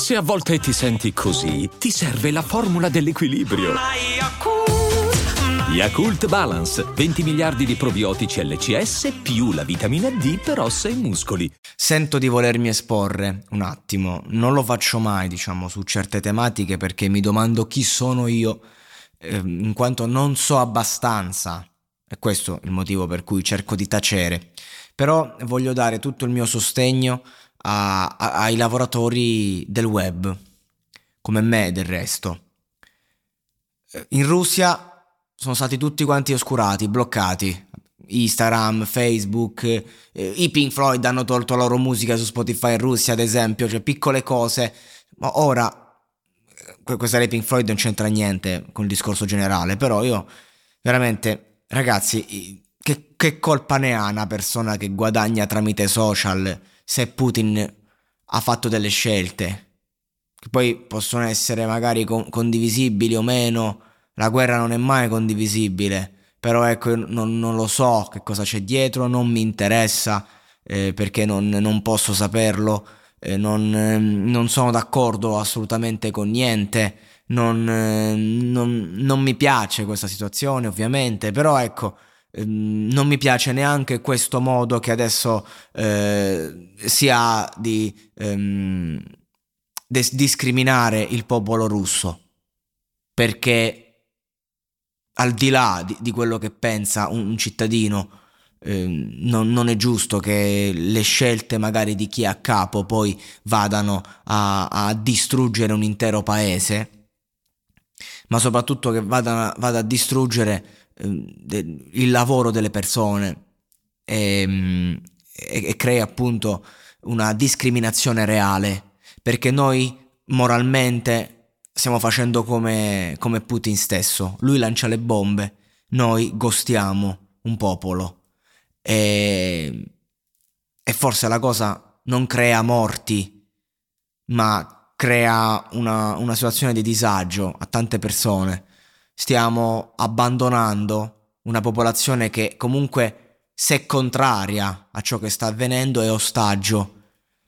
Se a volte ti senti così, ti serve la formula dell'equilibrio. Yakult Balance, 20 miliardi di probiotici LCS più la vitamina D per ossa e muscoli. Sento di volermi esporre un attimo, non lo faccio mai, su certe tematiche perché mi domando chi sono io, in quanto non so abbastanza, e questo è il motivo per cui cerco di tacere. Però voglio dare tutto il mio sostegno ai lavoratori del web, come me del resto. In Russia sono stati tutti quanti oscurati, bloccati. Instagram, Facebook, i Pink Floyd hanno tolto la loro musica su Spotify in Russia, ad esempio, cioè piccole cose. Ma ora, questa dei Pink Floyd non c'entra niente con il discorso generale, però io veramente, ragazzi, che colpa ne ha una persona che guadagna tramite social se Putin ha fatto delle scelte che poi possono essere magari condivisibili o meno? La guerra non è mai condivisibile, però ecco, non lo so che cosa c'è dietro, non mi interessa, perché non posso saperlo, non sono d'accordo assolutamente con niente, non mi piace questa situazione ovviamente, però ecco, non mi piace neanche questo modo che adesso si ha di discriminare il popolo russo, perché al di là di quello che pensa un cittadino, non è giusto che le scelte magari di chi è a capo poi vadano a distruggere un intero paese, ma soprattutto che vada a distruggere il lavoro delle persone e crea appunto una discriminazione reale, perché noi moralmente stiamo facendo come Putin stesso. Lui lancia le bombe, noi ghostiamo un popolo e forse la cosa non crea morti, ma crea una situazione di disagio a tante persone. Stiamo abbandonando una popolazione che comunque, se contraria a ciò che sta avvenendo, è ostaggio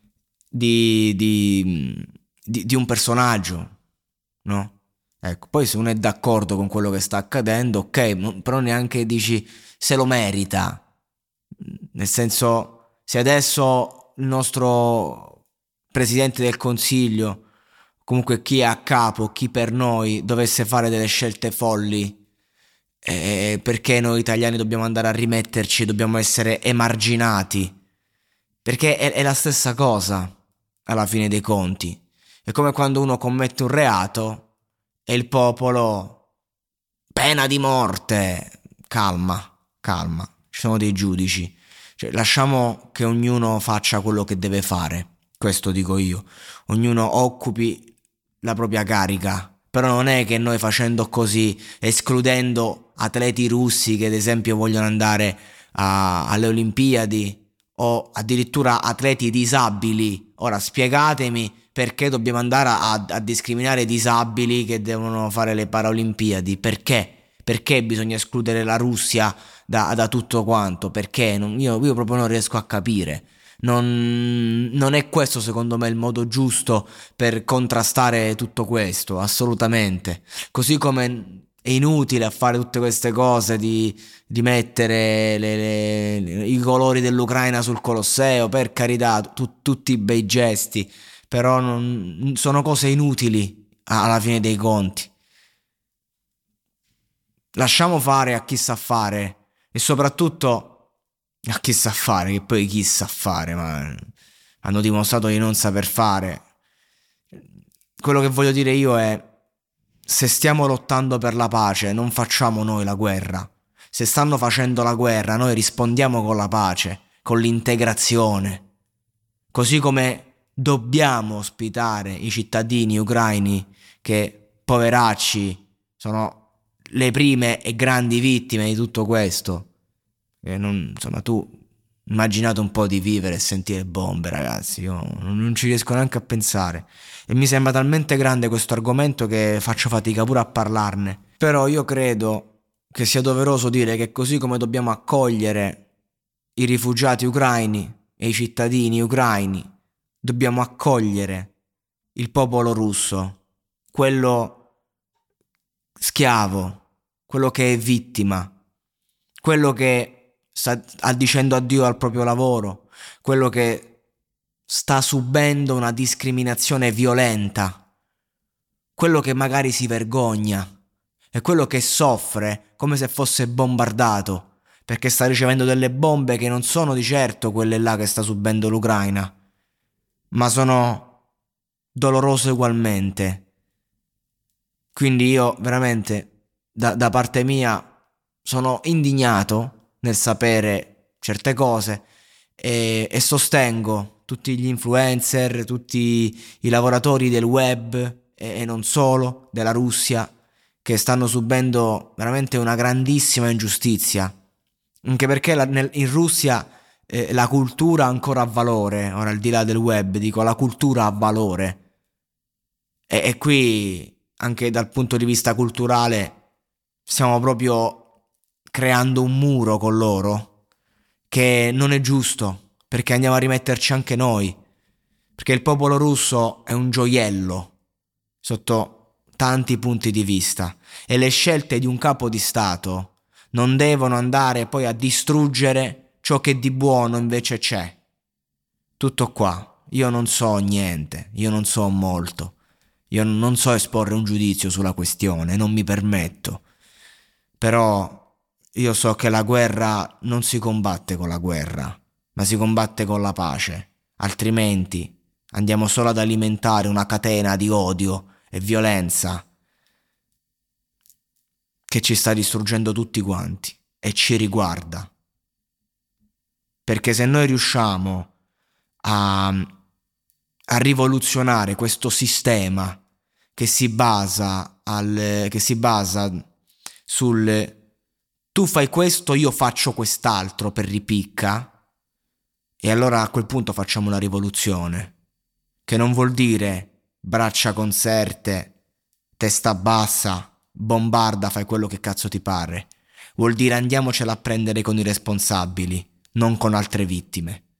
di un personaggio, no? Ecco, poi se uno è d'accordo con quello che sta accadendo, ok, però neanche dici se lo merita. Nel senso, se adesso il nostro Presidente del Consiglio, comunque chi è a capo, chi per noi, dovesse fare delle scelte folli, perché noi italiani dobbiamo andare a rimetterci, dobbiamo essere emarginati? Perché è la stessa cosa alla fine dei conti. È come quando uno commette un reato e il popolo, pena di morte, calma, ci sono dei giudici, cioè lasciamo che ognuno faccia quello che deve fare, questo dico io, ognuno occupi la propria carica, però non è che noi facendo così, escludendo atleti russi che ad esempio vogliono andare alle Olimpiadi, o addirittura atleti disabili, ora spiegatemi perché dobbiamo andare a discriminare i disabili che devono fare le Paralimpiadi? Perché bisogna escludere la Russia da tutto quanto? Perché? Io proprio non riesco a capire. Non è questo secondo me il modo giusto per contrastare tutto questo, assolutamente. Così come è inutile a fare tutte queste cose di mettere i colori dell'Ucraina sul Colosseo, per carità, tutti bei gesti, però sono cose inutili alla fine dei conti. Lasciamo fare a chi sa fare, e soprattutto a chi sa fare, che poi chi sa fare, ma hanno dimostrato di non saper fare. Quello che voglio dire io è: se stiamo lottando per la pace, non facciamo noi la guerra. Se stanno facendo la guerra, noi rispondiamo con la pace, con l'integrazione. Così come dobbiamo ospitare i cittadini ucraini che, poveracci, sono le prime e grandi vittime di tutto questo. Insomma, tu immaginate un po' di vivere e sentire bombe, ragazzi, io non ci riesco neanche a pensare, e mi sembra talmente grande questo argomento che faccio fatica pure a parlarne. Però io credo che sia doveroso dire che così come dobbiamo accogliere i rifugiati ucraini e i cittadini ucraini, dobbiamo accogliere il popolo russo, quello schiavo, quello che è vittima, quello che sta dicendo addio al proprio lavoro, quello che sta subendo una discriminazione violenta, quello che magari si vergogna, è quello che soffre come se fosse bombardato, perché sta ricevendo delle bombe che non sono di certo quelle là che sta subendo l'Ucraina, ma sono dolorose ugualmente. Quindi io veramente, da parte mia, sono indignato nel sapere certe cose e sostengo tutti gli influencer, tutti i lavoratori del web e non solo, della Russia, che stanno subendo veramente una grandissima ingiustizia. Anche perché in Russia la cultura ancora ha valore, ora al di là del web, dico la cultura ha valore. E qui, anche dal punto di vista culturale, stiamo proprio creando un muro con loro, che non è giusto, perché andiamo a rimetterci anche noi, perché il popolo russo è un gioiello, sotto tanti punti di vista, e le scelte di un capo di Stato non devono andare poi a distruggere ciò che di buono invece c'è. Tutto qua. Io non so niente, io non so molto. Io non so esporre un giudizio sulla questione, non mi permetto. Però io so che la guerra non si combatte con la guerra, ma si combatte con la pace. Altrimenti andiamo solo ad alimentare una catena di odio e violenza che ci sta distruggendo tutti quanti e ci riguarda. Perché se noi riusciamo a rivoluzionare questo sistema che si basa sul tu fai questo, io faccio quest'altro per ripicca, e allora a quel punto facciamo una rivoluzione, che non vuol dire braccia conserte, testa bassa, bombarda, fai quello che cazzo ti pare. Vuol dire andiamocela a prendere con i responsabili, non con altre vittime.